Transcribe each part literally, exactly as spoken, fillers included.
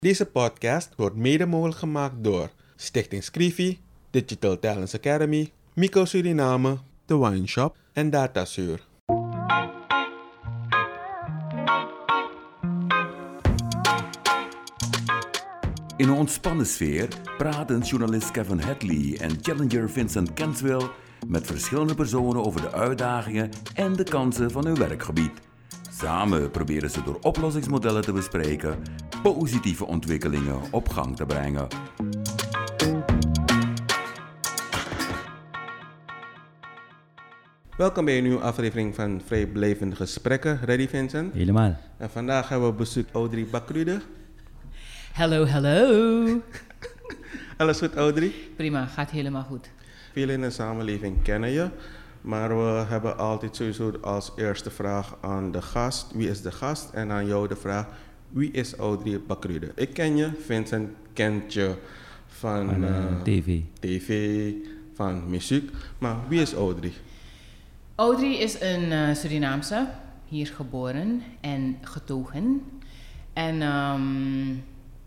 Deze podcast wordt mede mogelijk gemaakt door Stichting Scrivi, Digital Talents Academy, Mico Suriname, The Wine Shop en Datasuur. In een ontspannen sfeer praten journalist Kevin Hadley en challenger Vincent Kenswell met verschillende personen over de uitdagingen en de kansen van hun werkgebied. Samen proberen ze door oplossingsmodellen te bespreken positieve ontwikkelingen op gang te brengen. Welkom bij een nieuwe aflevering van Vrijblijvende Gesprekken. Ready, Vincent? Helemaal. En vandaag hebben we bezoek Audrey Bakrude. Hallo, hallo. Alles goed, Audrey? Prima, gaat helemaal goed. Velen in de samenleving kennen je, maar we hebben altijd sowieso als eerste vraag aan de gast, wie is de gast? En aan jou de vraag, wie is Audrey Bakrude? Ik ken je, Vincent kent je van, van uh, uh, tv. tv, van muziek, maar wie is Audrey? Audrey is een uh, Surinaamse, hier geboren en getogen. En um,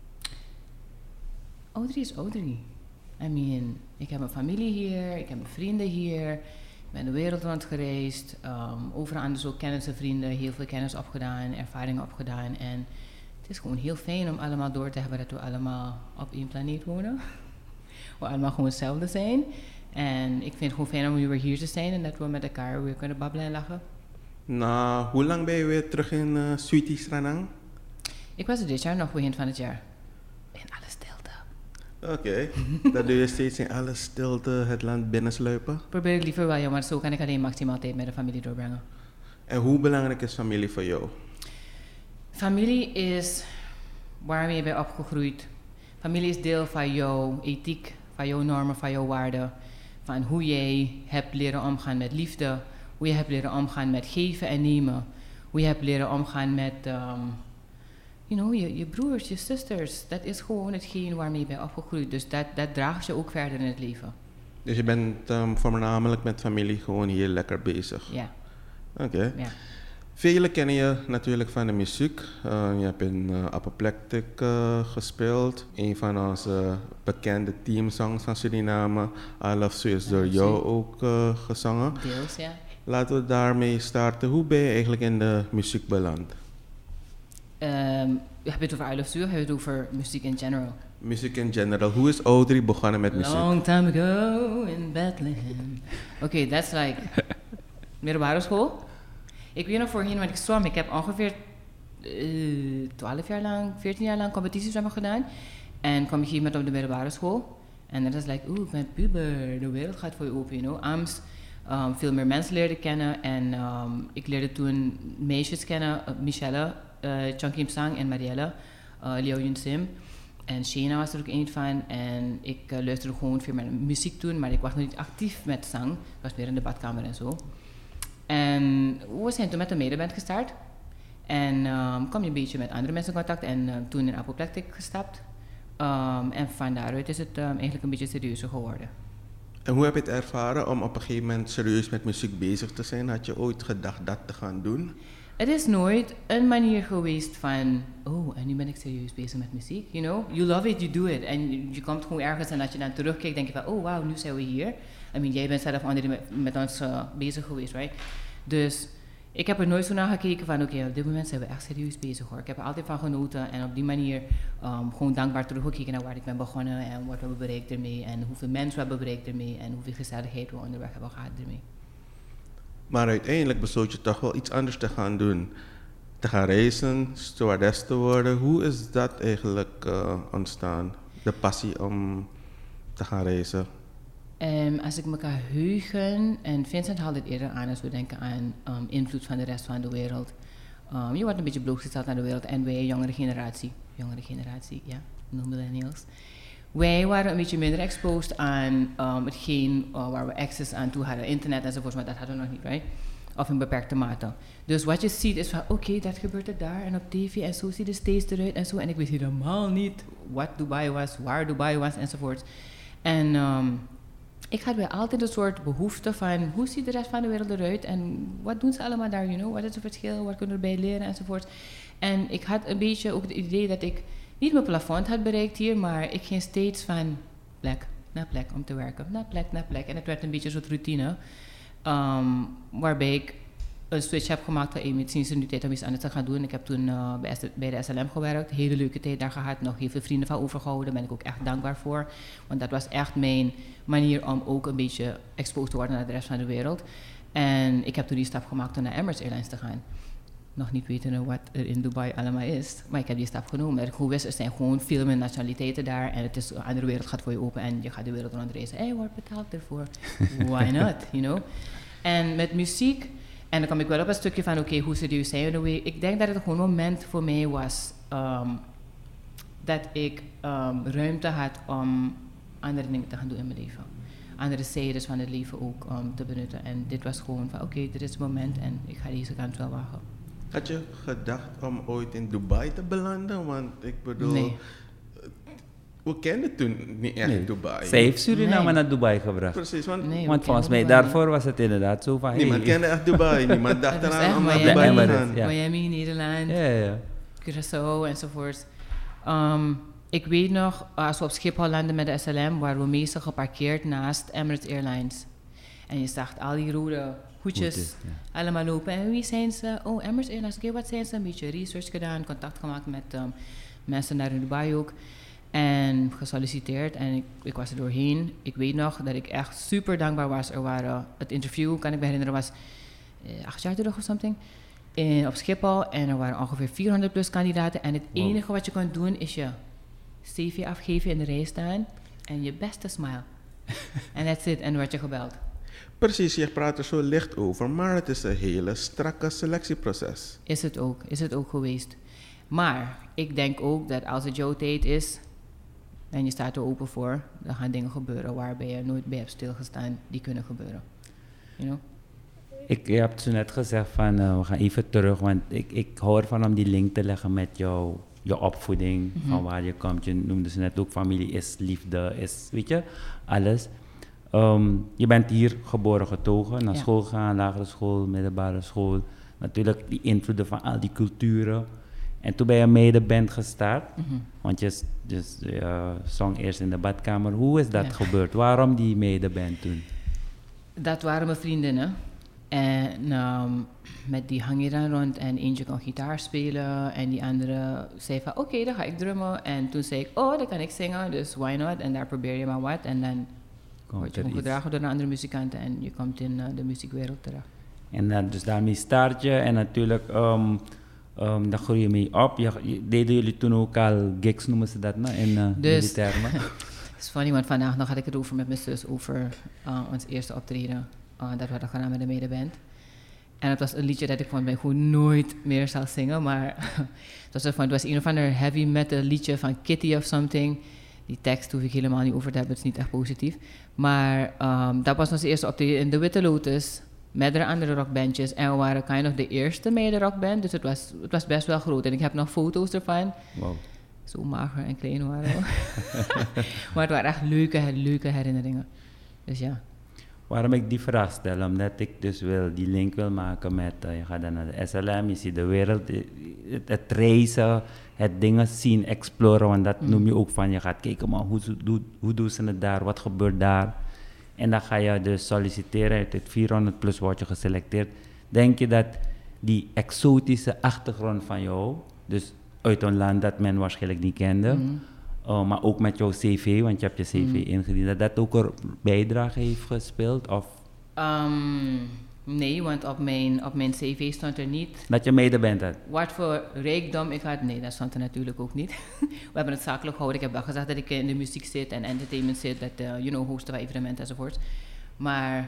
Audrey is Audrey. I mean, ik heb een familie hier, ik heb mijn vrienden hier, ik ben de wereld rond gereisd, um, overal anders ook kennissen, vrienden, heel veel kennis opgedaan, ervaringen opgedaan. En het is gewoon heel fijn om allemaal door te hebben dat we allemaal op één planeet wonen. We allemaal gewoon hetzelfde zijn. En ik vind het gewoon fijn om weer hier te zijn en dat we met elkaar weer kunnen babbelen en lachen. Nou, hoe lang ben je weer terug in uh, Sweetie Stranang? Ik was er dit jaar nog, begin van het jaar. In alle stilte. Oké, okay. Dat doe je steeds in alle stilte het land binnensluipen? Probeer ik liever wel, ja, maar zo kan ik alleen maximaal tijd met de familie doorbrengen. En hoe belangrijk is familie voor jou? Familie is waar je bent opgegroeid. Familie is deel van jouw ethiek, van jouw normen, van jouw waarden. Van hoe jij hebt leren omgaan met liefde, hoe je hebt leren omgaan met geven en nemen. Hoe je hebt leren omgaan met um, you know, je, je broers, je zusters. Dat is gewoon hetgeen waarmee je bent opgegroeid. Dus dat, dat draagt je ook verder in het leven. Dus je bent um, voornamelijk met familie gewoon hier lekker bezig? Ja. Oké. Okay. Ja. Velen kennen je natuurlijk van de muziek. Uh, je hebt in uh, Apoplectic uh, gespeeld. Een van onze bekende teamsongs van Suriname. I Love Su is door jou ook uh, gezongen. Deels, ja. Laten we daarmee starten. Hoe ben je eigenlijk in de muziek beland? Um, heb je het over I Love Su of heb je het over muziek in general? Muziek in general. Hoe is Audrey begonnen met muziek? Long time ago in Bethlehem. Oké, okay, that's like middelbare school. Ik weet nog voorheen, want ik zwam. Ik heb ongeveer uh, twaalf jaar lang, veertien jaar lang competitiezwemmen gedaan. En kwam ik hier met op de middelbare school. En dat is like, oeh, ik ben puber. De wereld gaat voor je open, you know. Aams, um, veel meer mensen leerde kennen. En um, ik leerde toen meisjes kennen. Uh, Michelle, uh, Changkim Sang en Marielle. Uh, Liao Yun Sim. En Shena was er ook een van. En ik uh, luisterde gewoon veel meer muziek toen. Maar ik was nog niet actief met zang. Ik was meer in de badkamer en zo. En we zijn toen met de medeband gestart. En um, kwam je een beetje met andere mensen in contact. En uh, toen in Apoplectic gestapt. Um, en van daaruit is het um, eigenlijk een beetje serieuzer geworden. En hoe heb je het ervaren om op een gegeven moment serieus met muziek bezig te zijn? Had je ooit gedacht dat te gaan doen? Het is nooit een manier geweest van... Oh, en nu ben ik serieus bezig met muziek, you know? You love it, you do it. En je komt gewoon ergens en als je dan terugkijkt, denk je van... Oh, wauw, nu zijn we hier. I mean, jij bent zelf onder met, met ons uh, bezig geweest, right? Dus ik heb er nooit zo naar gekeken van... Oké, okay, op dit moment zijn we echt serieus bezig, hoor. Ik heb er altijd van genoten en op die manier... Um, gewoon dankbaar teruggekeken naar waar ik ben begonnen... en wat we hebben bereikt ermee... en hoeveel mensen we hebben bereikt ermee... en hoeveel gezelligheid we onderweg hebben gehad ermee. Maar uiteindelijk besloot je toch wel iets anders te gaan doen. Te gaan reizen, stewardess te worden. Hoe is dat eigenlijk uh, ontstaan? De passie om te gaan reizen? Um, als ik me kan heugen, en Vincent haalde het eerder aan als we denken aan um, invloed van de rest van de wereld. Um, je wordt een beetje blootgesteld naar de wereld en wij, jongere generatie, jongere generatie, ja, no millennials. Wij waren een beetje minder exposed aan um, hetgeen uh, waar we access aan toe hadden, internet enzovoort, maar dat hadden we nog niet, right? Of in beperkte mate. Dus wat je ziet is van, oké, okay, dat gebeurt er daar en op tv en zo ziet de States eruit en zo. En ik wist helemaal niet wat Dubai was, waar Dubai was enzovoort. En um, ik had bij altijd een soort behoefte van, hoe ziet de rest van de wereld eruit en wat doen ze allemaal daar, you know? Wat is het verschil, wat kunnen we erbij leren enzovoort. En ik had een beetje ook het idee dat ik niet mijn plafond had bereikt hier, maar ik ging steeds van plek naar plek om te werken, naar plek naar plek. En het werd een beetje een soort routine, um, waarbij ik een switch heb gemaakt van, hey, misschien is het nu tijd om iets anders te gaan doen. Ik heb toen uh, bij, bij de S L M gewerkt, hele leuke tijd daar gehad, nog heel veel vrienden van overgehouden, daar ben ik ook echt dankbaar voor. Want dat was echt mijn manier om ook een beetje exposed te worden naar de rest van de wereld. En ik heb toen die stap gemaakt om naar Emirates Airlines te gaan. Nog niet weten wat er in Dubai allemaal is, maar ik heb die stap genomen. Dat ik goed wist, er zijn gewoon veel meer nationaliteiten daar en het is, een andere wereld gaat voor je open en je gaat de wereld rondreizen. Hé, hey, wordt betaald ervoor? Why not, you know? En met muziek, en dan kwam ik wel op een stukje van, oké, okay, hoe serieus zijn we? Ik denk dat het gewoon een moment voor mij was um, dat ik um, ruimte had om andere dingen te gaan doen in mijn leven. Andere zijdes van het leven ook um, te benutten. En dit was gewoon van, oké, okay, dit is het moment en ik ga deze kant wel wagen. Had je gedacht om ooit in Dubai te belanden? Want ik bedoel, nee. we kenden toen niet echt nee. Dubai. Zij heeft Suriname nee. naar Dubai gebracht. Precies, want, nee, want volgens mij Dubai daarvoor was het inderdaad zo van... Niemand hey. kende echt Dubai, niemand dacht eraan om naar Miami, Dubai te gaan. Ja. Miami, Nederland, Ja, ja. Curaçao enzovoort. Um, ik weet nog, als we op Schiphol landden met de S L M, waren we meestal geparkeerd naast Emirates Airlines. En je zag al die rode hoedjes Hoedjes, ja. allemaal lopen. En wie zijn ze? Oh, Emirates Airlines. Oké, okay, wat zijn ze? Een beetje research gedaan, contact gemaakt met um, mensen daar in Dubai ook. En gesolliciteerd en ik, ik was er doorheen. Ik weet nog dat ik echt super dankbaar was. Er waren, het interview, kan ik me herinneren, was eh, acht jaar terug of something. In, op Schiphol. En er waren ongeveer vierhonderd plus kandidaten. En het wow. enige wat je kon doen is je C V afgeven, in de rij staan. En je beste smile. En that's it. En dan werd je gebeld. Precies, je praat er zo licht over, maar het is een hele strakke selectieproces. Is het ook, is het ook geweest. Maar ik denk ook dat als het jouw tijd is en je staat er open voor, dan gaan dingen gebeuren waarbij je nooit bij hebt stilgestaan, die kunnen gebeuren. You know? Ik, je hebt zo net gezegd van, uh, we gaan even terug, want ik, ik hou ervan om die link te leggen met jou, je opvoeding, mm-hmm. van waar je komt. Je noemde ze net ook, familie is liefde, is, weet je, alles. Um, je bent hier geboren getogen, naar ja. school gegaan, lagere school, middelbare school. Natuurlijk die invloeden van al die culturen. En toen ben je een medeband gestart, mm-hmm. want je dus, uh, zong eerst in de badkamer. Hoe is dat ja. gebeurd? Waarom die medeband toen? Dat waren mijn vriendinnen. En um, met die hang je dan rond en eentje kon gitaar spelen en die andere zei van oké, okay, dan ga ik drummen. En toen zei ik, oh, dan kan ik zingen, dus why not? En daar probeer je maar wat en dan word je gewoon gedragen door de andere muzikanten en je komt in uh, de muziekwereld terecht. En uh, dus daarmee start je en natuurlijk, um, um, daar groei je mee op. Je, je, deden jullie toen ook al gigs, noemen ze dat, nou, in uh, dus, die termen? Het is funny, want vandaag nog had ik het over met mijn zus over uh, ons eerste optreden. Uh, dat we hadden gedaan met de medeband. En het was een liedje dat ik van mij gewoon nooit meer zal zingen, maar het, was van, het was een of ander heavy metal liedje van Kitty of something. Die tekst hoef ik helemaal niet over te hebben, het is niet echt positief. Maar um, dat was onze eerste optreden in de Witte Lotus, met er andere rockbandjes. En we waren kind of de eerste mederockband, dus het was, het was best wel groot. En ik heb nog foto's ervan. Wow. Zo mager en klein waren we. Maar het waren echt leuke, leuke herinneringen. Dus ja. Waarom ik die vraag stel, omdat ik dus wil, die link wil maken met, uh, je gaat dan naar de S L M, je ziet de wereld, het, het reizen, het dingen zien, exploren, want dat mm. noem je ook van, je gaat kijken, maar hoe, hoe, hoe doen ze het daar, wat gebeurt daar? En dan ga je dus solliciteren, uit het vierhonderd plus word je geselecteerd. Denk je dat die exotische achtergrond van jou, dus uit een land dat men waarschijnlijk niet kende, mm. Uh, maar ook met jouw cv, want je hebt je cv mm. ingediend, dat dat ook een bijdrage heeft gespeeld? Of? Um, nee, want op mijn, op mijn cv stond er niet... Dat je medeband had? Wat voor rijkdom ik had, nee, dat stond er natuurlijk ook niet. We hebben het zakelijk gehouden. Ik heb wel gezegd dat ik in de muziek zit en entertainment zit, dat, uh, you know, hosten van evenementen enzovoort. Maar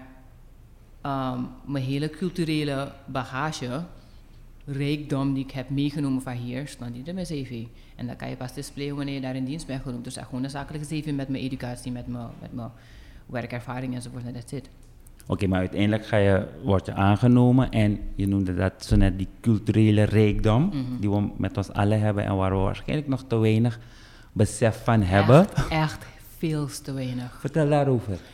um, mijn hele culturele bagage, rijkdom die ik heb meegenomen van hier, stond niet in mijn cv. En dat kan je pas displayen wanneer je daar in dienst bent genoemd. Dus echt gewoon een zakelijke cv met mijn educatie, met mijn, met mijn werkervaring enzovoort. En that's it. Oké, okay, maar uiteindelijk ga je, word je aangenomen en je noemde dat zo net die culturele rijkdom mm-hmm. die we met ons allen hebben en waar we waarschijnlijk nog te weinig besef van hebben. Echt, echt veel te weinig. Vertel daarover.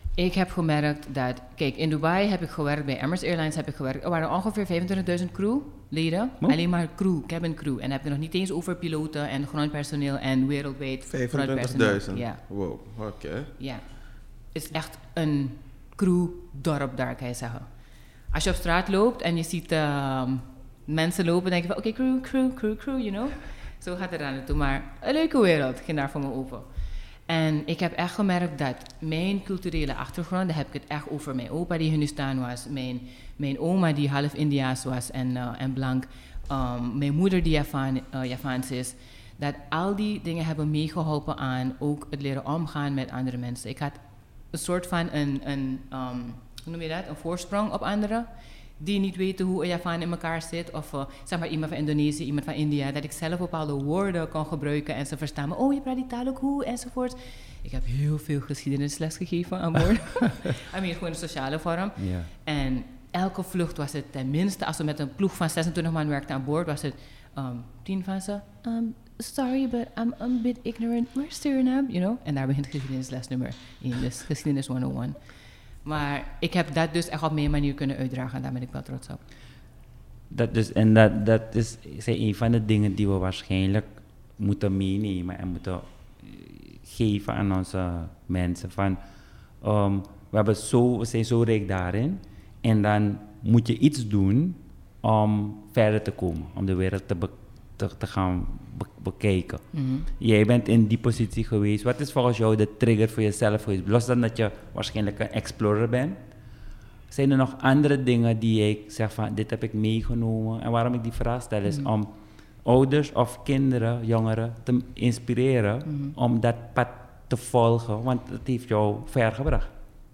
Ik heb gemerkt dat, kijk, in Dubai heb ik gewerkt, bij Emirates Airlines heb ik gewerkt. Er waren ongeveer vijfentwintigduizend crewleden, Oh. alleen maar crew, cabin crew. En dan heb je nog niet eens over piloten en grondpersoneel en wereldwijd grondpersoneel. vijfentwintigduizend? Ja, Wow, oké. Okay. ja. Het is echt een crewdorp daar, kan je zeggen. Als je op straat loopt en je ziet uh, mensen lopen, denk je van, oké, okay, crew, crew, crew, crew, you know. Zo gaat het daar naartoe, maar een leuke wereld ging daar voor me open. En ik heb echt gemerkt dat mijn culturele achtergrond, daar heb ik het echt over mijn opa die Hindustan was, mijn, mijn oma die half Indiaas was en, uh, en blank, um, mijn moeder die Javaan, uh, Javaans is, dat al die dingen hebben meegeholpen aan ook het leren omgaan met andere mensen. Ik had een soort van een, een um, hoe noem je dat, een voorsprong op anderen, die niet weten hoe een Javaan in elkaar zit, of uh, zeg maar iemand van Indonesië, iemand van India, dat ik zelf bepaalde woorden kan gebruiken en ze verstaan me, oh je praat die taal ook hoe, enzovoort. Ik heb heel veel geschiedenisles gegeven aan boord. I mean, gewoon een sociale vorm. Ja. En elke vlucht was het tenminste, als we met een ploeg van zesentwintig man werkten aan boord, was het um, tien van ze, um, sorry, but I'm, I'm a bit ignorant, where's Suriname, you know? En daar begint geschiedenisles nummer één, dus geschiedenis honderdéén. Maar ik heb dat dus echt op mijn manier kunnen uitdragen en daar ben ik wel trots op. Dat dus, en dat, dat is, zijn een van de dingen die we waarschijnlijk moeten meenemen en moeten uh, geven aan onze mensen. Van, um, we, hebben zo, we zijn zo rijk daarin en dan moet je iets doen om verder te komen, om de wereld te, be, te, te gaan be, bekijken. Mm-hmm. Jij bent in die positie geweest. Wat is volgens jou de trigger voor jezelf geweest? Los dan dat je waarschijnlijk een explorer bent. Zijn er nog andere dingen die ik zeg van, dit heb ik meegenomen? En waarom ik die vraag stel is mm-hmm. om ouders of kinderen, jongeren te inspireren mm-hmm. om dat pad te volgen, want het heeft jou ver gebracht.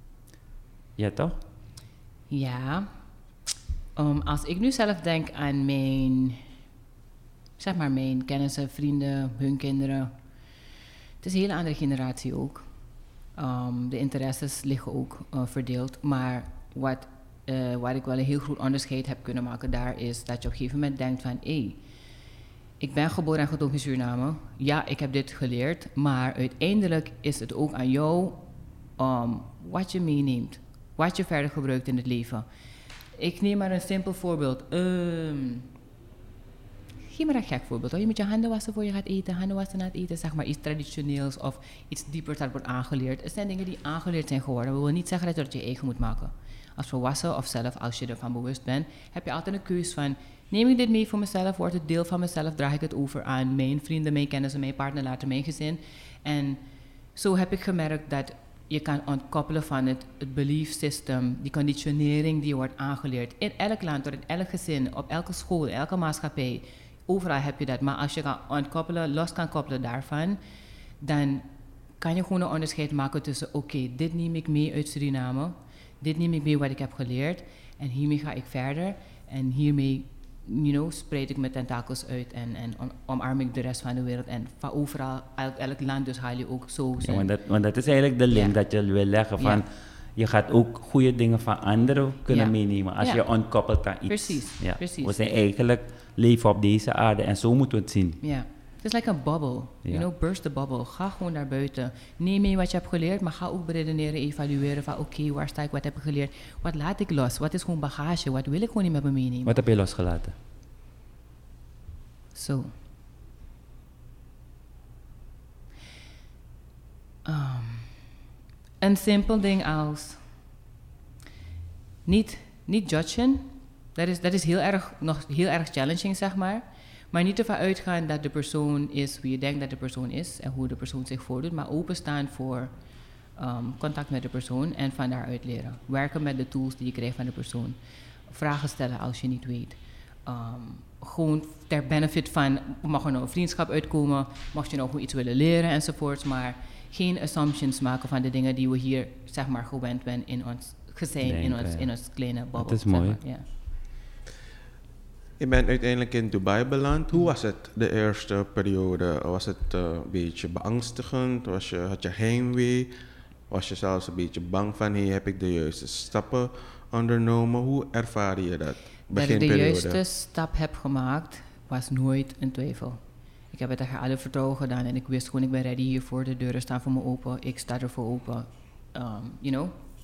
Ja, toch? Ja. Um, als ik nu zelf denk aan mijn, zeg maar mijn kennissen, vrienden, hun kinderen. Het is een hele andere generatie ook. Um, de interesses liggen ook uh, verdeeld. Maar wat, uh, waar ik wel een heel goed onderscheid heb kunnen maken daar is dat je op een gegeven moment denkt van, hé, hey, ik ben geboren en getogen in Suriname. Ja, ik heb dit geleerd. Maar uiteindelijk is het ook aan jou um, wat je meeneemt. Wat je verder gebruikt in het leven. Ik neem maar een simpel voorbeeld. Um, geef maar een gek voorbeeld. Hoor. Je moet je handen wassen voor je gaat eten. Handen wassen na het eten. Zeg maar iets traditioneels of iets diepers dat wordt aangeleerd. Het zijn dingen die aangeleerd zijn geworden. We willen niet zeggen dat je het je eigen moet maken. Als volwassen of zelf, als je ervan bewust bent, heb je altijd een keus van, neem ik dit mee voor mezelf? Wordt het deel van mezelf? Draag ik het over aan mijn vrienden, mijn kennissen, mijn partner, later mijn gezin? En zo heb ik gemerkt dat je kan ontkoppelen van het, het belief system, die conditionering die wordt aangeleerd. In elk land, door in elk gezin, op elke school, elke maatschappij. Overal heb je dat. Maar als je kan ontkoppelen, los kan koppelen daarvan, dan kan je gewoon een onderscheid maken tussen, oké, okay, dit neem ik mee uit Suriname. Dit neem ik mee wat ik heb geleerd. En hiermee ga ik verder. En hiermee, you know, spreid ik mijn tentakels uit en, en om, omarm ik de rest van de wereld. En van overal, elk, elk land dus haal je ook zo. Ja, want, dat, want dat is eigenlijk de link ja. dat je wil leggen van, ja. je gaat ook goede dingen van anderen kunnen ja. meenemen als ja. je ontkoppelt aan iets. Precies, ja. precies. We zijn eigenlijk leven op deze aarde en zo moeten we het zien. Ja. Het is like een bubble, ja. you know, burst the bubble. Ga gewoon naar buiten. Neem mee wat je hebt geleerd, maar ga ook beredeneren, evalueren van oké, okay, waar sta ik, wat heb ik geleerd? Wat laat ik los? Wat is gewoon bagage? Wat wil ik gewoon niet met me meenemen? Wat heb je losgelaten? Zo. So. Um, een simpel ding als niet, niet judgen. Dat is, dat is heel erg, nog heel erg challenging, zeg maar. Maar niet ervan uitgaan dat de persoon is wie je denkt dat de persoon is en hoe de persoon zich voordoet, maar openstaan voor um, contact met de persoon en van daaruit leren. Werken met de tools die je krijgt van de persoon. Vragen stellen als je niet weet. Um, gewoon ter benefit van, mag er nou een vriendschap uitkomen, mag je nou gewoon iets willen leren enzovoorts, maar geen assumptions maken van de dingen die we hier, zeg maar, gewend zijn in ons gezin, Denk, in, ons, ja. in ons kleine bubbel. Dat is mooi. Zeg maar, ja. Je bent uiteindelijk in Dubai beland. Hoe was het de eerste periode? Was het uh, een beetje beangstigend? Was je, had je heimwee? Was je zelfs een beetje bang van, hey, heb ik de juiste stappen ondernomen? Hoe ervaar je dat? Dat ik de juiste stap heb gemaakt, was nooit een twijfel. Ik heb het tegen alle vertrouwen gedaan en ik wist gewoon, ik ben ready hiervoor. De deuren staan voor me open, ik sta ervoor open. Um, you know,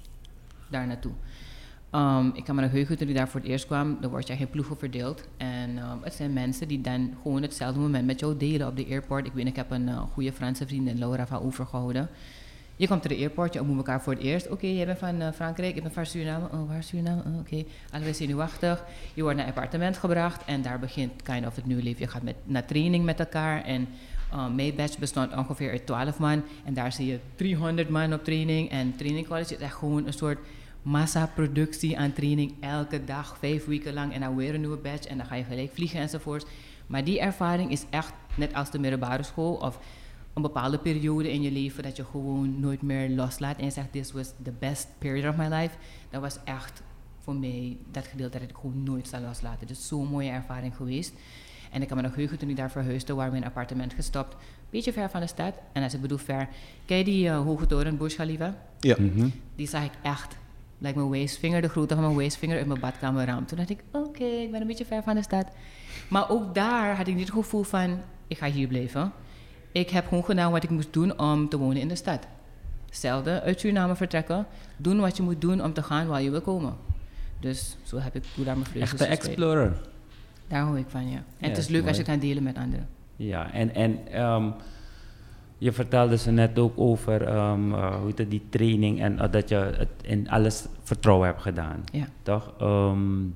daar naartoe. Um, ik kan me nog heugen toen ik daar voor het eerst kwam, dan word je in ploegen verdeeld. En um, het zijn mensen die dan gewoon hetzelfde moment met jou delen op de airport. Ik weet, ik heb een uh, goede Franse vriendin, Laura, van overgehouden. Je komt naar de airport, je ontmoet elkaar voor het eerst. Oké, okay, jij bent van uh, Frankrijk, ik ben van Suriname. Oh, waar is Suriname? Oh, oké, okay. Allebei zenuwachtig. Je wordt naar een appartement gebracht en daar begint kind of het nieuwe leven. Je gaat met, naar training met elkaar en uh, mijn batch bestond ongeveer uit twaalf man. En daar zie je driehonderd man op training. En training college is echt gewoon een soort massaproductie aan training elke dag, vijf weken lang. En dan weer een nieuwe batch en dan ga je gelijk vliegen enzovoort. Maar die ervaring is echt net als de middelbare school of een bepaalde periode in je leven dat je gewoon nooit meer loslaat en je zegt, this was the best period of my life. Dat was echt voor mij dat gedeelte dat ik gewoon nooit zal loslaten. Het is zo'n mooie ervaring geweest. En ik kan me nog heugen toen ik daar verhuisde, waren we in een appartement gestopt, een beetje ver van de stad. En als ik bedoel ver, ken je die uh, hoge toren, Burj Khalifa? Ja. Mm-hmm. Die zag ik echt, like mijn wijsvinger, de grootte van mijn wijsvinger uit mijn badkamerraam. Toen dacht ik, oké, okay, ik ben een beetje ver van de stad. Maar ook daar had ik niet het gevoel van, ik ga hier blijven. Ik heb gewoon gedaan wat ik moest doen om te wonen in de stad. Hetzelfde, uit Suriname vertrekken. Doen wat je moet doen om te gaan waar je wil komen. Dus zo heb ik hoe daar mijn vreugde. Echte explorer. Daar hou ik van, ja. En ja, het is leuk mooi. als je het kan delen met anderen. Ja, en, en um, je vertelde ze net ook over um, uh, hoe heet het, die training en uh, dat je het in alles vertrouwen hebt gedaan. Ja. Toch? Um,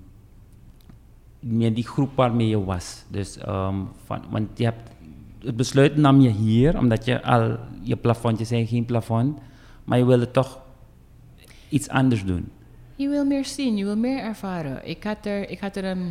met die groep waarmee je was. Dus, um, van, want je hebt, het besluit nam je hier, omdat je al, je plafondjes zijn geen plafond, maar je wilde toch iets anders doen. Je wil meer zien, je wil meer ervaren. Ik had er, ik had er een,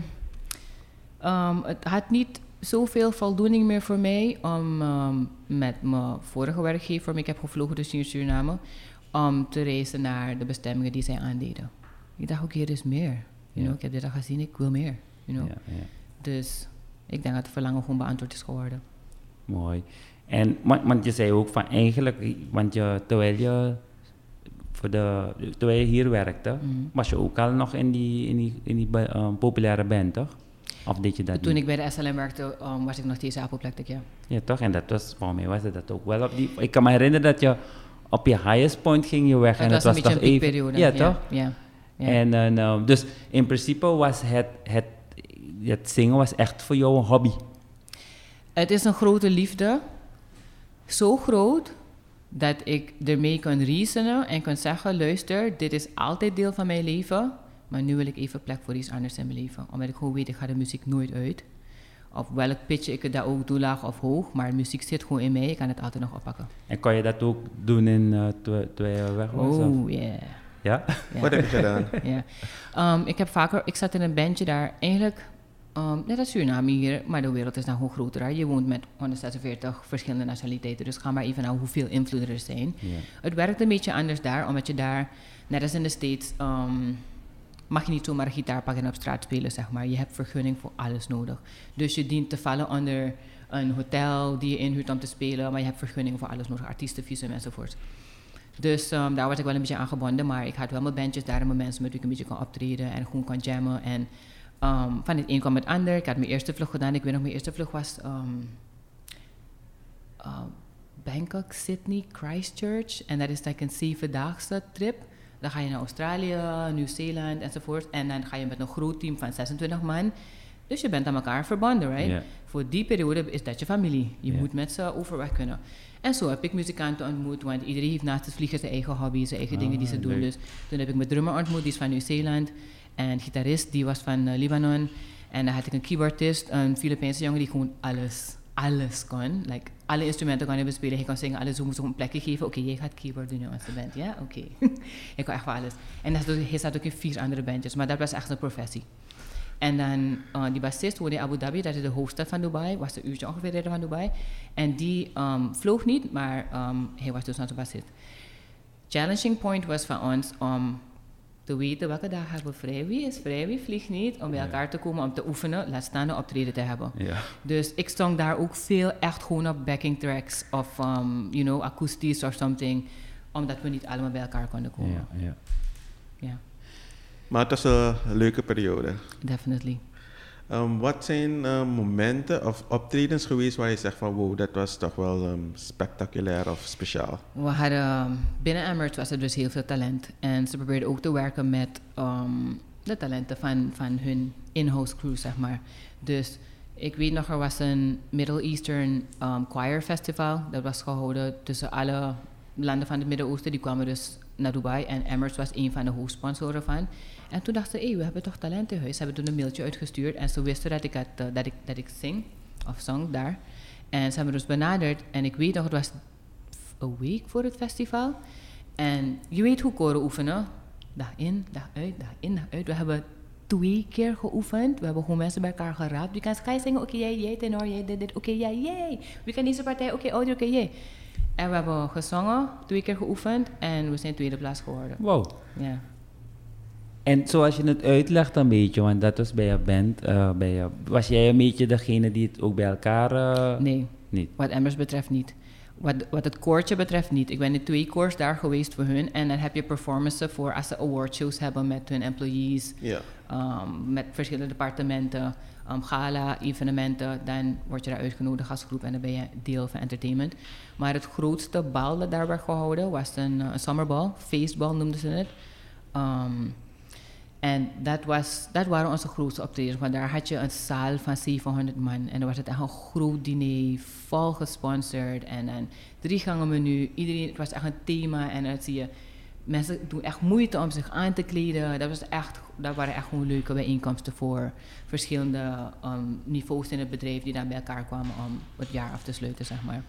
um, het had niet zoveel voldoening meer voor mij om um, met mijn vorige werkgever, ik heb gevlogen dus in Suriname, om te reizen naar de bestemmingen die zij aandeden. Ik dacht ook, hier is meer. You Ja. know, ik heb dit al gezien, ik wil meer. You know? Ja, ja. Dus ik denk dat het verlangen gewoon beantwoord is geworden. Mooi. En, want, want je zei ook van eigenlijk, want je, terwijl je voor de, terwijl je hier werkte, Mm. was je ook al nog in die, in die, in die uh, populaire band, toch? Of deed je dat Toen niet? ik bij de S L M werkte, um, was ik nog steeds apoplectic, ja. Ja, toch? En dat was, voor mij was het dat ook wel op die... Ik kan me herinneren dat je op je highest point ging je weg. Het en was het een was beetje toch een even... piekperiode. Ja, Ja, toch? ja, ja. En, en, uh, dus in principe was het, het, het zingen was echt voor jou een hobby. Het is een grote liefde. Zo groot dat ik ermee kan reasonen en kan zeggen, luister, dit is altijd deel van mijn leven, maar nu wil ik even plek voor iets anders in mijn leven. Omdat ik gewoon weet, ik ga de muziek nooit uit. Op welk pitje ik het daar ook doe, laag of hoog, maar muziek zit gewoon in mij, ik kan het altijd nog oppakken. En kon je dat ook doen in, uh, terwijl je weg was? of? Oh, yeah. Ja? Ja. Wat heb je gedaan? Ja. Um, ik heb vaker, ik zat in een bandje daar, eigenlijk, um, net als Suriname hier, maar de wereld is nou gewoon groter. Hè? Je woont met honderdzesenveertig verschillende nationaliteiten, dus ga maar even naar hoeveel invloeden er zijn. Ja. Het werkt een beetje anders daar, omdat je daar, net als in de States, um, mag je niet zomaar een gitaar pakken en op straat spelen, zeg maar. Je hebt vergunning voor alles nodig. Dus je dient te vallen onder een hotel die je inhuurt om te spelen, maar je hebt vergunning voor alles nodig, artiestenvisum enzovoort. Dus um, daar was ik wel een beetje aan gebonden, maar ik had wel mijn bandjes daar en mijn mensen met wie ik een beetje kan optreden en gewoon kan jammen. En um, van het een kwam het ander. Ik had mijn eerste vlucht gedaan. Ik weet nog, mijn eerste vlucht was um, uh, Bangkok, Sydney, Christchurch. En dat is like een zevendaagse trip. Dan ga je naar Australië, Nieuw-Zeeland enzovoort. En dan ga je met een groot team van zesentwintig man. Dus je bent aan elkaar verbonden, right? Ja. Voor die periode is dat je familie. Je Ja. moet met ze overweg kunnen. En zo heb ik muzikanten ontmoet, want iedereen heeft naast het vliegen zijn eigen hobby, zijn eigen Ah, dingen die ze doen. leuk. Dus toen heb ik mijn drummer ontmoet, die is van Nieuw-Zeeland. En gitarist, die was van uh, Libanon. En dan had ik een keyboardist, een Filipijnse jongen die gewoon alles, alles kon. Like, alle instrumenten kon hij bespelen, hij kon zingen, alles. We moesten een plekje geven. Oké, okay, jij gaat keyboard doen in onze band, ja? Oké. Okay. Ik kon echt wel alles. En hij zat ook in vier andere bandjes, maar dat was echt een professie. En dan, uh, die bassist woonde in Abu Dhabi, dat is de hoofdstad van Dubai, was een uurtje ongeveer rijden van Dubai. En die um, vloog niet, maar um, hij was dus onze bassist. Challenging point was van ons om te weten welke dagen hebben we vrij, wie is vrij, wie vliegt niet, om bij Ja. elkaar te komen, om te oefenen, laat staan een optreden te hebben. Ja. Dus ik stond daar ook veel echt gewoon op backing tracks of, um, you know, akoestisch of something, omdat we niet allemaal bij elkaar konden komen. Ja, ja. Ja, Maar het was een leuke periode. definitely. Um, wat zijn uh, momenten of optredens geweest waar je zegt van wow, dat was toch wel um, spectaculair of speciaal? We hadden, binnen Emirates was er dus heel veel talent. En ze probeerden ook te werken met um, de talenten van, van hun in-house crew, zeg maar. Dus ik weet nog, er was een Middle Eastern um, Choir Festival. Dat was gehouden tussen alle landen van het Midden-Oosten. Die kwamen dus naar Dubai. En Emirates was een van de hoofdsponsoren van. En toen dachten ze, hey, we hebben toch talent in huis. Ze hebben toen een mailtje uitgestuurd. En ze wisten dat ik, had, uh, dat ik, dat ik zing, of zong daar. En ze hebben dus benaderd. En ik weet nog, het was een week voor het festival. En je weet hoe koren oefenen. Dag in, dag uit, dag in, dag uit. We hebben twee keer geoefend. We hebben gewoon mensen bij elkaar geraapt. Je kan sky zingen, oké, okay, jij, jij, tenor, jij, dit, dit, oké, okay, jij, jij. We kan deze partij, oké, okay, audio, oké, okay, jij. En we hebben gezongen, twee keer geoefend. En we zijn tweede plaats geworden. Wow. Ja. En zoals je het uitlegt een beetje, want dat was bij je band, uh, bij je, was jij een beetje degene die het ook bij elkaar... Uh, nee, niet. Wat Emirates betreft niet. Wat, wat het koortje betreft niet. Ik ben in twee koors daar geweest voor hun. En dan heb je performances voor als ze awardshows hebben met hun employees. Ja. Um, met verschillende departementen. Um, gala, evenementen. Dan word je daar uitgenodigd als groep en dan ben je deel van entertainment. Maar het grootste bal dat daar werd gehouden was een, een summerbal. Feestbal noemden ze het. Um, En dat, was, dat waren onze grootste optredens. Want daar had je een zaal van zevenhonderd man. En dan was het echt een groot diner, vol gesponsord. En een drie gangen menu. Iedereen, het was echt een thema. En dan zie je, mensen doen echt moeite om zich aan te kleden. Dat, was echt, dat waren echt gewoon leuke bijeenkomsten voor verschillende um, niveaus in het bedrijf. Die dan bij elkaar kwamen om het jaar af te sluiten, zeg maar.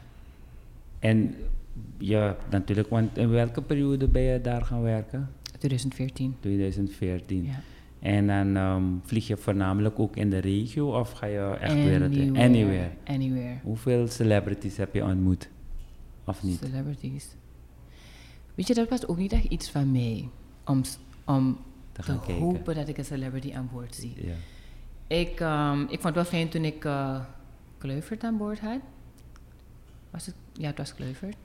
En ja, natuurlijk, want in welke periode ben je daar gaan werken? twintig veertien. twintig veertien. Ja. En dan um, vlieg je voornamelijk ook in de regio of ga je echt Anywhere. weer het Anywhere. Anywhere. Hoeveel celebrities heb je ontmoet? Of niet? Celebrities. Weet je, dat was ook niet echt iets van mij. Om, om te, te gaan hopen kijken. dat ik een celebrity aan boord zie. Ja. Ik, um, ik vond het wel fijn toen ik uh, Kluivert aan boord had. Was het? Ja, het was Kluivert.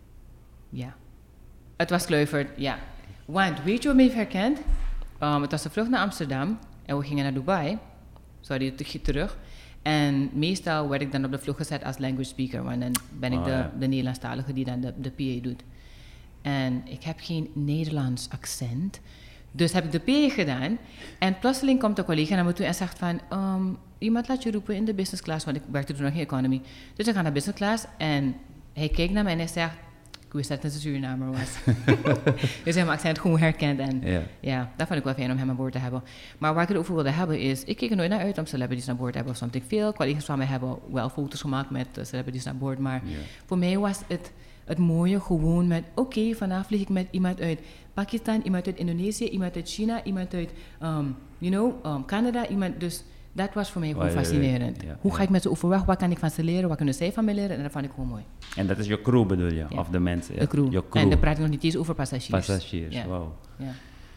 Ja. Het was Kluivert, ja. Want, weet je wat me heeft herkend? Um, het was een vlucht naar Amsterdam en we gingen naar Dubai. Sorry, terug. En meestal werd ik dan op de vlucht gezet als language speaker, want dan ben ik oh, de, ja. de Nederlandstalige die dan de, de P A doet. En ik heb geen Nederlands accent, dus heb ik de P A gedaan. En plotseling komt een collega naar me toe en zegt van, um, iemand laat je roepen in de business class, want ik werkte toen nog in economy. Dus ik ga naar business class en hij kijkt naar mij en hij zegt, ik wist dat het een Surinamer was. Dus hij maakt accent gewoon herkend. En Ja. ja, dat vond ik wel fijn om hem aan boord te hebben. Maar waar ik het over wilde hebben is, ik keek er nooit naar uit om celebrities aan boord te hebben of something. Veel collega's van mij hebben wel foto's gemaakt met uh, celebrities aan boord. Maar Ja. voor mij was het, het mooie gewoon met, oké, okay, vandaag vlieg ik met iemand uit Pakistan, iemand uit Indonesië, iemand uit China, iemand uit, um, you know, um, Canada, iemand. Dus dat was voor mij gewoon Oh, ja, fascinerend. ja, ja, Hoe ja. ga ik met ze overweg? Wat kan ik van ze leren? Wat kunnen zij van mij leren? En dat vond ik gewoon mooi. En dat is je crew bedoel je? Ja. Of de mensen? De crew. Je crew. En dan praat ik nog niet eens over passagiers. Passagiers, Ja. wauw. Ja.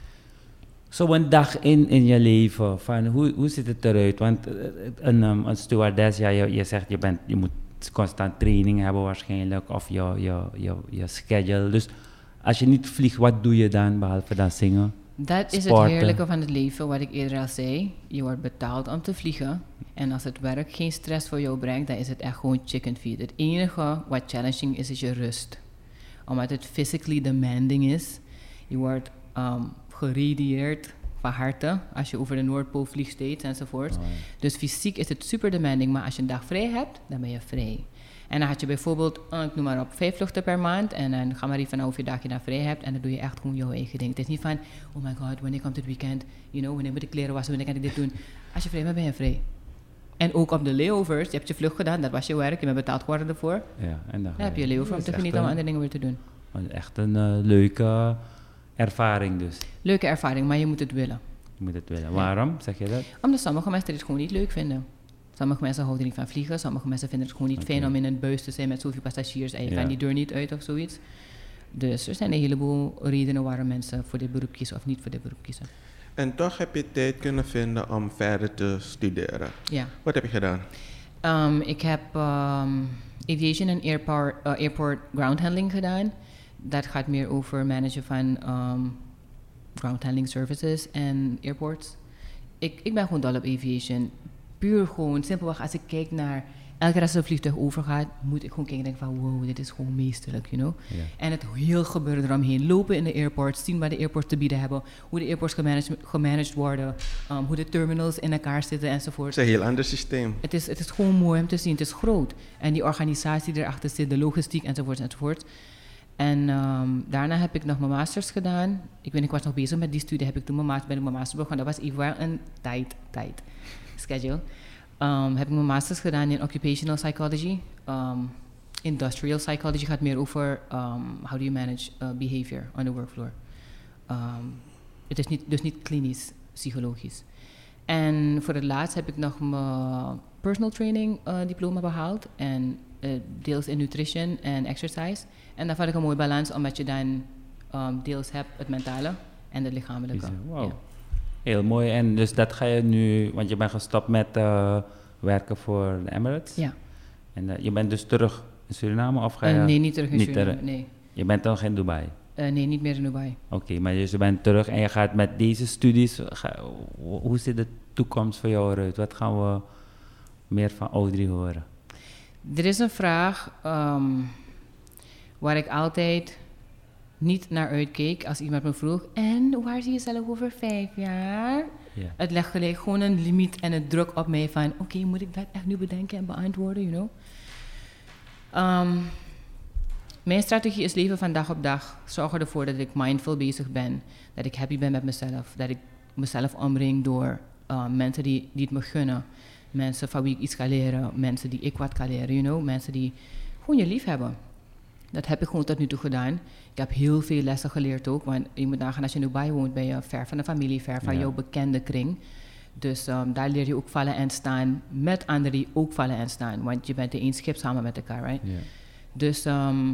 Zo'n dag in, in je leven, van hoe, hoe ziet het eruit? Want uh, een, um, een stewardess, ja, je, je zegt je, bent, je moet constant training hebben waarschijnlijk, of je, je, je, je schedule. Dus als je niet vliegt, wat doe je dan, behalve dan zingen? Dat is Sporten. het heerlijke van het leven, wat ik eerder al zei. Je wordt betaald om te vliegen. En als het werk geen stress voor jou brengt, dan is het echt gewoon chicken feed. Het enige wat challenging is, is je rust. Omdat het physically demanding is. Je wordt um, geradieerd van harte als je over de Noordpool vliegt steeds enzovoort. Oh, ja. Dus fysiek is het super demanding, maar als je een dag vrij hebt, dan ben je vrij. En dan had je bijvoorbeeld, uh, ik noem maar op, vijf vluchten per maand. En dan ga maar even naar hoeveel dagen je dan vrij hebt. En dan doe je echt gewoon jouw eigen ding. Het is niet van, oh my god, wanneer komt het weekend? You know, wanneer moet ik kleren wassen? Wanneer kan ik dit doen? Als je vrij bent, ben je vrij. En ook op de layovers, je hebt je vlucht gedaan, dat was je werk. Je bent betaald geworden ervoor. Ja, en dan, Dan heb je layover om Dat te is genieten om echt andere dingen weer te doen. een, echt een uh, leuke ervaring dus. Leuke ervaring, maar je moet het willen. Je moet het willen. Waarom zeg je dat? Omdat sommige mensen dit gewoon niet leuk vinden. Sommige mensen houden niet van vliegen. Sommige mensen vinden het gewoon niet Oké. fijn om in een buis te zijn met zoveel passagiers en je Ja. kan die deur niet uit of zoiets. Dus er zijn een heleboel redenen waarom mensen voor dit beroep kiezen of niet voor dit beroep kiezen. En toch heb je tijd kunnen vinden om verder te studeren. Ja. Wat heb je gedaan? Um, ik heb um, aviation en airport, uh, airport ground handling gedaan. Dat gaat meer over managen van um, ground handling services en airports. Ik, ik ben gewoon dol op aviation. puur gewoon, simpelweg als ik kijk naar, elke keer als een vliegtuig overgaat, moet ik gewoon kijken en denken van wow, dit is gewoon meesterlijk, you know. Ja. En het heel gebeuren eromheen. Lopen in de airports, zien wat de airports te bieden hebben, hoe de airports gemanaged, gemanaged worden, um, hoe de terminals in elkaar zitten enzovoort. Het is een heel ander systeem. Het is, het is gewoon mooi om te zien, het is groot. En die organisatie die erachter zit, de logistiek enzovoort enzovoort. En um, daarna heb ik nog mijn masters gedaan. Ik weet, ik was nog bezig met die studie, heb ik toen mijn master, ben ik mijn master begonnen. Dat was even wel een tijd, tijd, schedule. Um, heb ik mijn masters gedaan in occupational psychology. Um, industrial psychology gaat meer over um, how do you manage uh, behavior on the workfloor. Um, het is niet, dus niet klinisch, psychologisch. En voor het laatst heb ik nog mijn personal training uh, diploma behaald. En uh, deels in nutrition en exercise. En dat vond ik een mooie balans, omdat je dan um, deels hebt het mentale en het lichamelijke. Wow. Ja. Heel mooi. En dus dat ga je nu, want je bent gestopt met uh, werken voor de Emirates. Ja. En uh, je bent dus terug in Suriname of ga je? Uh, nee, niet terug in niet Suriname, terug? nee. Je bent dan geen Dubai? Uh, nee, niet meer in Dubai. Oké, okay, maar dus je bent terug en je gaat met deze studies, ga, hoe ziet de toekomst voor jou eruit? Wat gaan we meer van Audrey horen? Er is een vraag um, waar ik altijd niet naar uitkeek als iemand me vroeg, en waar zie je jezelf over vijf jaar? Yeah. Het legt gelijk gewoon een limiet en een druk op mij van, oké, okay, moet ik dat echt nu bedenken en beantwoorden, you know? Um, mijn strategie is leven van dag op dag. Zorg ervoor dat ik mindful bezig ben, dat ik happy ben met mezelf, dat ik mezelf omring door uh, mensen die, die het me gunnen, mensen van wie ik iets kan leren, mensen die ik wat kan leren, you know? Mensen die gewoon je lief hebben. Dat heb ik gewoon tot nu toe gedaan. Ik heb heel veel lessen geleerd ook. Want je moet nagaan, als je in Dubai woont, ben je ver van de familie, ver van ja. jouw bekende kring. Dus um, daar leer je ook vallen en staan met anderen die ook vallen en staan. Want je bent in één schip samen met elkaar, right? Ja. Dus um,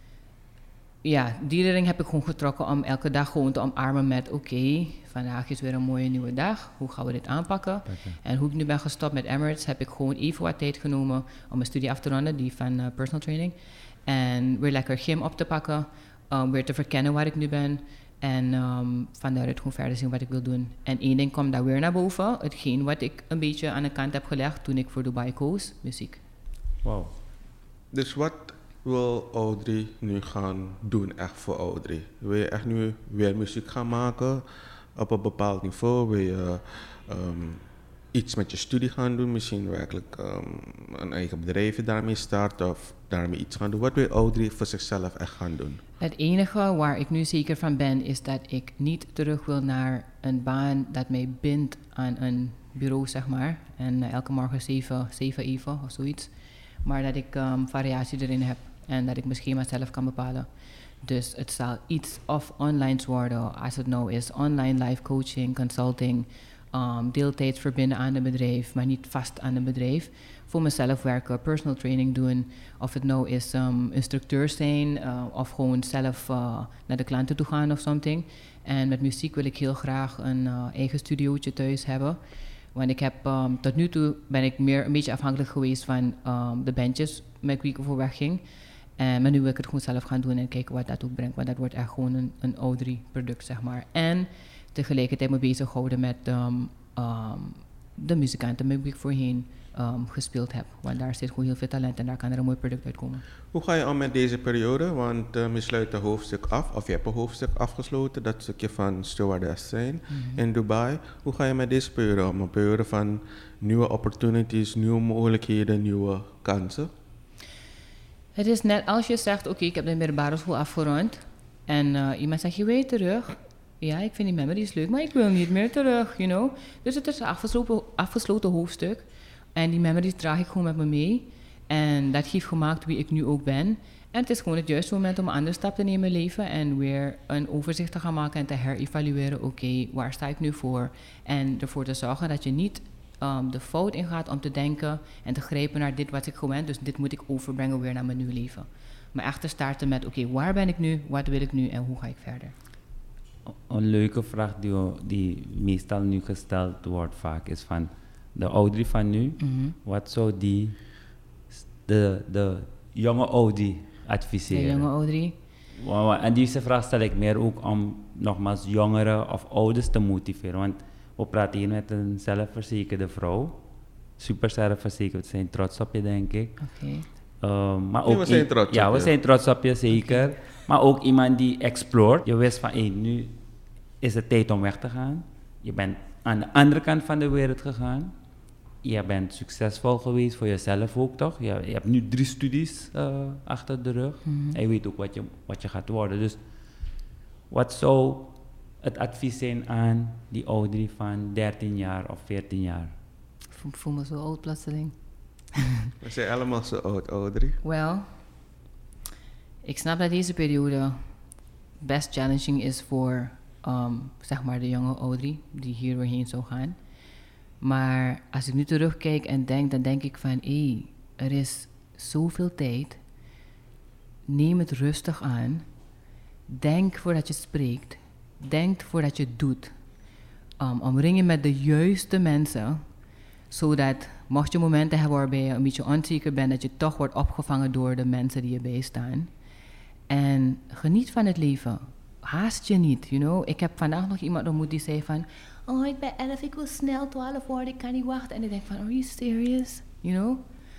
ja, die leerling heb ik gewoon getrokken om elke dag gewoon te omarmen met oké, okay, vandaag is weer een mooie nieuwe dag. Hoe gaan we dit aanpakken? Okay. En hoe ik nu ben gestopt met Emirates, heb ik gewoon even wat tijd genomen om mijn studie af te ronden, die van uh, personal training. En weer lekker gym op te pakken, um, weer te verkennen waar ik nu ben. En um, van daaruit gewoon verder zien wat ik wil doen. En één ding komt daar weer naar boven. Hetgeen wat ik een beetje aan de kant heb gelegd toen ik voor Dubai koos, muziek. Wow. Dus wat wil Audrey nu gaan doen, echt voor Audrey? Wil je echt nu weer muziek gaan maken op een bepaald niveau? Wil je um, iets met je studie gaan doen? Misschien werkelijk um, een eigen bedrijf daarmee starten of daarmee iets gaan doen? Wat wil Audrey voor zichzelf echt gaan doen? Het enige waar ik nu zeker van ben, is dat ik niet terug wil naar een baan dat mij bindt aan een bureau, zeg maar. En uh, elke morgen zeven, zeven even of zoiets. Maar dat ik um, variatie erin heb en dat ik mijn schema zelf kan bepalen. Dus het zal iets of online worden, als het nou is online live coaching, consulting, um, deeltijds verbinden aan een bedrijf, maar niet vast aan een bedrijf. Voor mezelf werken, personal training doen, of het nou is um, instructeur zijn uh, of gewoon zelf uh, naar de klanten toe gaan of something. En met muziek wil ik heel graag een uh, eigen studiootje thuis hebben. Want ik heb um, tot nu toe ben ik meer een beetje afhankelijk geweest van um, de bandjes met wie ik voor wegging. En maar nu wil ik het gewoon zelf gaan doen en kijken wat dat ook brengt. Want dat wordt echt gewoon een, een Audrey product, zeg maar. En tegelijkertijd me bezighouden met um, um, de muzikanten met wie ik voorheen um, gespeeld heb. Want daar zit gewoon heel veel talent en daar kan er een mooi product uitkomen. Hoe ga je om met deze periode? Want uh, je sluit een hoofdstuk af, of je hebt een hoofdstuk afgesloten, dat stukje van stewardess zijn mm-hmm. in Dubai. Hoe ga je met deze periode om? Een periode van nieuwe opportunities, nieuwe mogelijkheden, nieuwe kansen? Het is net als je zegt, oké, okay, ik heb de middelbare school afgerond. En uh, iemand zegt, je wil je terug? Ja, ik vind die memories leuk, maar ik wil niet meer terug, you know. Dus het is een afgesloten, afgesloten hoofdstuk. En die memories draag ik gewoon met me mee. En dat heeft gemaakt wie ik nu ook ben. En het is gewoon het juiste moment om een andere stap te nemen in mijn leven. En weer een overzicht te gaan maken en te herevalueren. Oké, okay, waar sta ik nu voor? En ervoor te zorgen dat je niet um, de fout ingaat om te denken en te grijpen naar dit wat ik gewend. Dus dit moet ik overbrengen weer naar mijn nieuw leven. Maar echt te starten met, oké, okay, waar ben ik nu? Wat wil ik nu? En hoe ga ik verder? Een leuke vraag die, die meestal nu gesteld wordt vaak is van de Audrey van nu. Mm-hmm. Wat zou die de, de jonge Audrey adviseren? De jonge Audrey? En deze vraag stel ik meer ook om nogmaals jongeren of ouders te motiveren. Want we praten hier met een zelfverzekerde vrouw. super zelfverzekerd. We zijn trots op je, denk ik. Oké. Okay. Uh, maar nee, ook we zijn trots ja, op we je. zijn trots op je, zeker. Okay. Maar ook iemand die exploreert. Je wist van, hé, hey, nu is het tijd om weg te gaan. Je bent aan de andere kant van de wereld gegaan. Je bent succesvol geweest voor jezelf ook, toch? Je, je hebt nu drie studies uh, achter de rug. Mm-hmm. En je weet ook wat je, wat je gaat worden. Dus wat zou het advies zijn aan die Audrey van dertien jaar of veertien jaar? Ik voel me zo oud plotseling. We zijn allemaal zo oud, Audrey. Wel, ik snap dat deze periode best challenging is voor um, zeg maar de jonge Audrey die hier doorheen zou gaan. Maar als ik nu terugkijk en denk, dan denk ik van, hé, hey, er is zoveel tijd. Neem het rustig aan. Denk voordat je spreekt. Denk voordat je het doet. Um, omring je met de juiste mensen, zodat mocht je momenten hebben waarbij je een beetje onzeker bent, dat je toch wordt opgevangen door de mensen die je bijstaan. En geniet van het leven. Haast je niet, you know. Ik heb vandaag nog iemand ontmoet die zei van, oh, ik ben elf, ik wil snel twaalf worden, ik kan niet wachten. En ik denk van, are you serious? You know?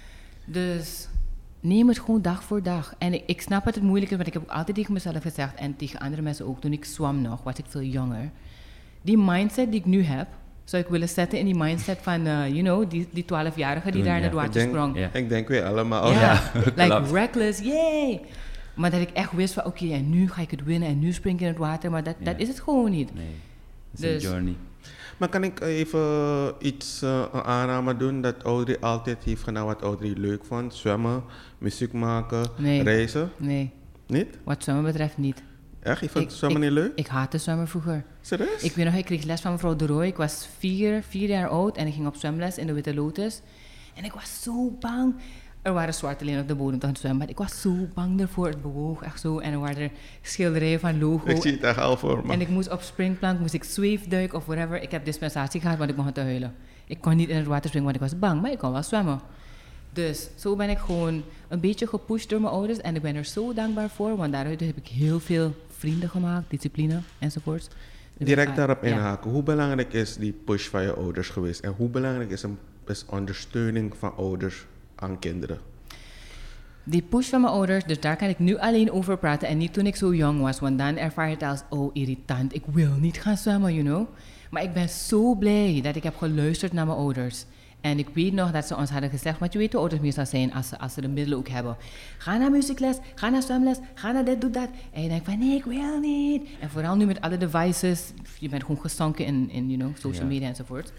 Dus neem het gewoon dag voor dag. En ik, ik snap dat het moeilijk is, want ik heb ook altijd tegen mezelf gezegd, en tegen andere mensen ook, toen ik zwam nog, was ik veel jonger. Die mindset die ik nu heb, zou ik willen zetten in die mindset van, uh, you know, die, die twaalfjarige die Toen, daar ja. in het water ik denk, sprong. Ja. Ik denk weer allemaal. Ja, ja. Like reckless, yay! Maar dat ik echt wist van, oké, okay, en nu ga ik het winnen en nu spring ik in het water, maar dat, ja. dat is het gewoon niet. Nee, het is dus, een journey. Maar kan ik even iets, uh, een aanname doen dat Audrey altijd heeft gedaan wat Audrey leuk vond? Zwemmen, muziek maken, nee. reizen? Nee. Niet? Wat zwemmen betreft niet. Echt? Je vond ik, zwemmen ik, niet leuk? Ik haatte zwemmen vroeger. Serieus? Ik weet nog, ik kreeg les van mevrouw De Rooij. Ik was vier, vier jaar oud en ik ging op zwemles in de Witte Lotus. En ik was zo bang. Er waren zwarte lijnen op de bodem te gaan zwemmen, maar ik was zo bang ervoor. Het bewoog echt zo en er waren schilderijen van logo. Ik zie het echt al voor me. En ik moest op springplank, moest ik zweefduiken of whatever. Ik heb dispensatie gehad, want ik begon te huilen. Ik kon niet in het water springen, want ik was bang, maar ik kon wel zwemmen. Dus zo ben ik gewoon een beetje gepusht door mijn ouders en ik ben er zo dankbaar voor, want daaruit heb ik heel veel vrienden gemaakt, discipline enzovoorts. Dus Direct ik, daarop ja. inhaken. Hoe belangrijk is die push van je ouders geweest? En hoe belangrijk is, een, is ondersteuning van ouders aan kinderen? Die push van mijn ouders, dus daar kan ik nu alleen over praten en niet toen ik zo jong was, want dan ervaar je het als, oh irritant, ik wil niet gaan zwemmen, you know. Maar ik ben zo blij dat ik heb geluisterd naar mijn ouders. En ik weet nog dat ze ons hadden gezegd, want je weet hoe ouders meestal zijn als ze, als ze de middelen ook hebben. Ga naar muziekles, ga naar zwemles, ga naar dit, doe dat. En je denkt van, nee, ik wil niet. En vooral nu met alle devices, je bent gewoon gezonken in, in you know, social media ja. enzovoort.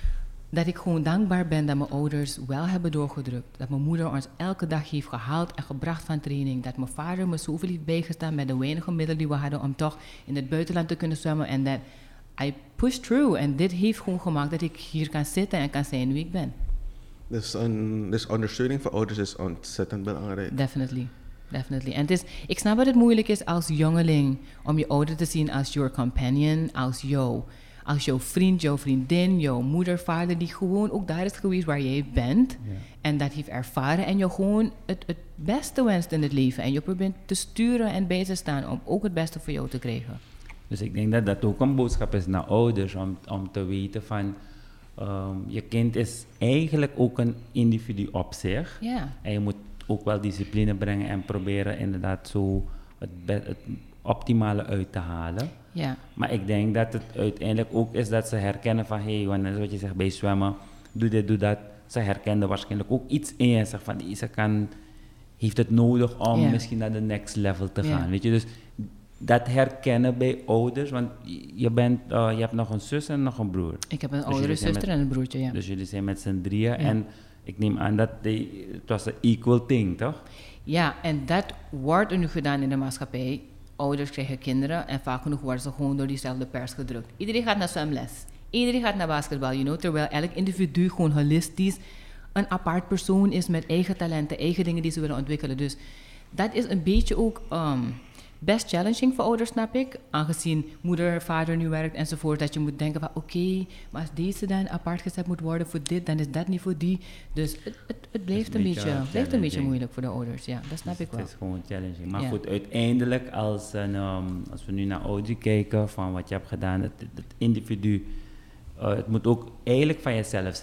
Dat ik gewoon dankbaar ben dat mijn ouders wel hebben doorgedrukt. Dat mijn moeder ons elke dag heeft gehaald en gebracht van training. Dat mijn vader me zoveel heeft bijgestaan met de weinige middelen die we hadden om toch in het buitenland te kunnen zwemmen. En dat I pushed through. En dit heeft gewoon gemaakt dat ik hier kan zitten en kan zijn wie ik ben. Dus, een, dus ondersteuning van ouders is ontzettend belangrijk. Definitely. Definitely. En het is, ik snap dat het moeilijk is als jongeling om je ouder te zien als your companion, als jou. Als jouw vriend, jouw vriendin, jouw moeder, vader, die gewoon ook daar is geweest waar jij bent. Ja. En dat heeft ervaren en je gewoon het, het beste wenst in het leven. En je probeert te sturen en bij te staan om ook het beste voor jou te krijgen. Dus ik denk dat dat ook een boodschap is naar ouders, om, om te weten van, um, je kind is eigenlijk ook een individu op zich. Ja. En je moet ook wel discipline brengen en proberen inderdaad zo het, be- het optimale uit te halen. Ja. Maar ik denk dat het uiteindelijk ook is dat ze herkennen van, hé, hey, wat je zegt bij zwemmen, doe dit, doe dat. Ze herkenden waarschijnlijk ook iets in je. Zeg van, deze kan, heeft het nodig om yeah. misschien naar de next level te gaan. Yeah. Weet je, dus dat herkennen bij ouders, want je, bent, uh, je hebt nog een zus en nog een broer. Ik heb een dus oudere zuster met, en een broertje, ja. Dus jullie zijn met z'n drieën ja. en ik neem aan dat die, het was een equal thing, toch? Ja, en dat wordt nu gedaan in de maatschappij. Ouders krijgen kinderen en vaak genoeg worden ze gewoon door diezelfde pers gedrukt. Iedereen gaat naar zwemles, iedereen gaat naar basketbal, you know, terwijl elk individu gewoon holistisch een apart persoon is met eigen talenten, eigen dingen die ze willen ontwikkelen. Dus dat is een beetje ook um, best challenging voor ouders, snap ik. Aangezien moeder, vader nu werkt enzovoort, dat je moet denken van oké, okay, maar als deze dan apart gezet moet worden voor dit, dan is dat niet voor die. Dus het, het, het blijft, een beetje, beetje blijft een beetje moeilijk voor de ouders, ja, dat snap dus ik wel. Het is gewoon challenging. Maar ja. goed, uiteindelijk als, een, um, als we nu naar Audrey kijken van wat je hebt gedaan, het, het individu, uh, het moet ook eigenlijk van jezelf zijn.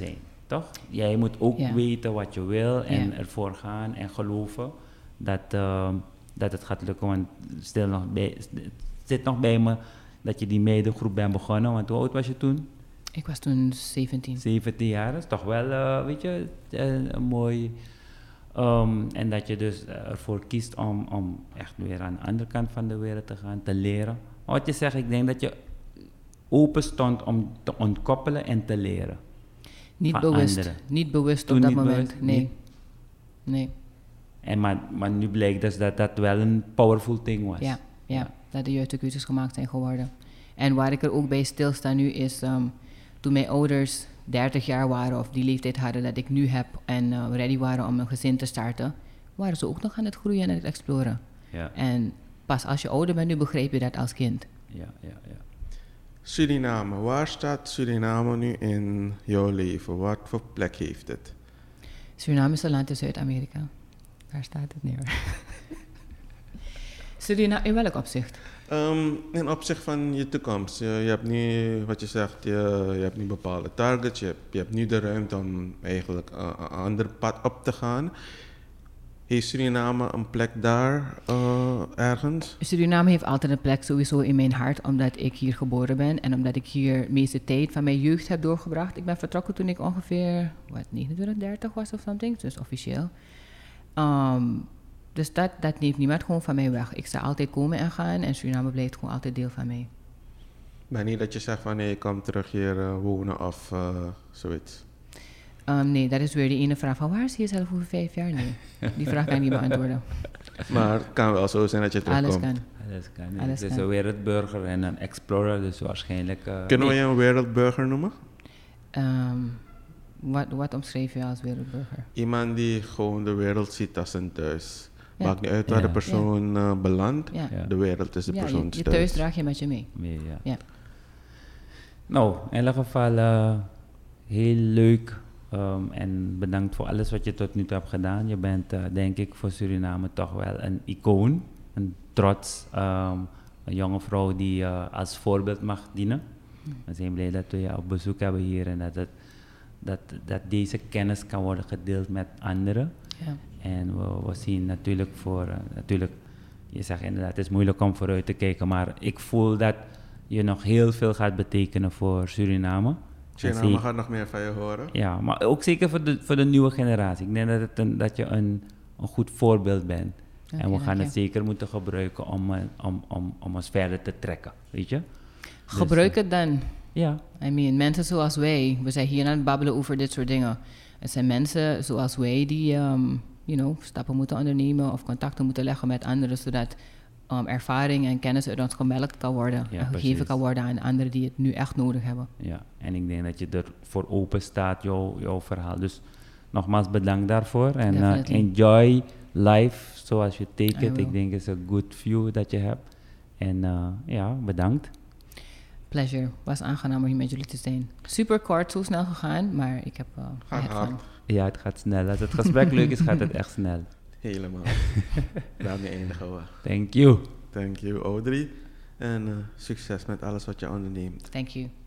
toch? Jij moet ook Ja. weten wat je wil en Ja. ervoor gaan en geloven dat, uh, dat het gaat lukken. Want stil nog bij, het zit nog bij me dat je die meidengroep bent begonnen. Want hoe oud was je toen? Ik was toen zeventien. zeventien jaar. Dat is toch wel, uh, weet je, uh, een mooi... Um, en dat je dus uh, ervoor kiest om, om echt weer aan de andere kant van de wereld te gaan, te leren. Maar wat je zegt, ik denk dat je open stond om te ontkoppelen en te leren. Niet van bewust. anderen. Niet bewust Toen op dat niet moment. bewust? Nee. Niet? Nee. En maar, maar nu blijkt dus dat dat wel een powerful thing was. Ja, ja, dat de juiste keuzes gemaakt zijn geworden. En waar ik er ook bij stilsta nu is, um, toen mijn ouders dertig jaar waren of die leeftijd hadden dat ik nu heb en uh, ready waren om een gezin te starten, waren ze ook nog aan het groeien en aan het exploren. Ja, En pas als je ouder bent, nu begrijp je dat als kind. ja, ja. ja. Suriname, waar staat Suriname nu in jouw leven? Wat voor plek heeft het? Suriname is een land in Zuid-Amerika. Daar staat het neer. Suriname, in welk opzicht? Um, in opzicht van je toekomst. Je, je hebt nu, wat je zegt, je, je hebt nu bepaalde targets. Je hebt, je hebt nu de ruimte om eigenlijk uh, een ander pad op te gaan. Heeft Suriname een plek daar uh, ergens? Suriname heeft altijd een plek sowieso in mijn hart, omdat ik hier geboren ben en omdat ik hier de meeste tijd van mijn jeugd heb doorgebracht. Ik ben vertrokken toen ik ongeveer, wat, negenentwintig, dertig was of something, dus officieel. Um, dus dat, dat neemt niemand gewoon van mij weg. Ik zal altijd komen en gaan en Suriname blijft gewoon altijd deel van mij. Maar niet dat je zegt van nee, ik kom terug hier uh, wonen of uh, zoiets. Um, nee, dat is weer die ene vraag van waar zie je jezelf over vijf jaar? Nee, die vraag kan ik niet beantwoorden. Maar het kan wel zo zijn dat je terugkomt. Alles kan. Alles kan. Alles Het is kan. een wereldburger en een explorer, dus waarschijnlijk... Uh, Kunnen we nee. je een wereldburger noemen? Um, wat, wat omschreef je als wereldburger? Iemand die gewoon de wereld ziet als een thuis. Ja. Maakt niet uit waar Ja. de persoon uh, belandt. Ja, Ja. De wereld is de ja je, persoons je thuis. thuis draag je met je mee. Meer, ja. Ja. Nou, in ieder geval uh, heel leuk um, en bedankt voor alles wat je tot nu toe hebt gedaan. Je bent uh, denk ik voor Suriname toch wel een icoon, een trots, um, een jonge vrouw die uh, als voorbeeld mag dienen. We zijn blij dat we je op bezoek hebben hier en dat, het, dat, dat deze kennis kan worden gedeeld met anderen. Ja. En we, we zien natuurlijk voor, uh, natuurlijk, je zegt inderdaad, het is moeilijk om vooruit te kijken, maar ik voel dat je nog heel veel gaat betekenen voor Suriname. En Suriname zeker- gaat nog meer van je horen. Ja, maar ook zeker voor de, voor de nieuwe generatie. Ik denk dat, het een, dat je een, een goed voorbeeld bent. Oké, en we gaan dank het je. zeker moeten gebruiken om, eh, om, om, om ons verder te trekken, weet je? Dus, Gebruik eh, het dan. Ja, I mean, mensen zoals wij, we zijn hier aan het babbelen over dit soort dingen. Het zijn mensen zoals wij die, um, you know, stappen moeten ondernemen of contacten moeten leggen met anderen, zodat um, ervaring en kennis uit ons gemelkt kan worden Ja, en gegeven precies. kan worden aan anderen die het nu echt nodig hebben. ja, en ik denk dat je er voor open staat, jouw, jouw verhaal. Dus nogmaals bedankt daarvoor. En uh, Definitely. enjoy life zoals je take I it. will. Ik denk het is een good view dat je hebt. En uh, ja, bedankt. Pleasure. Was aangenaam om hier met jullie te zijn. Super kort, zo snel gegaan, maar ik heb uh, Gaat het hard. van. Ja, het gaat snel. Als het gesprek leuk is, gaat het echt snel. Helemaal. Daarmee eindigen we. Thank you. Thank you, Audrey. En uh, succes met alles wat je onderneemt. Thank you.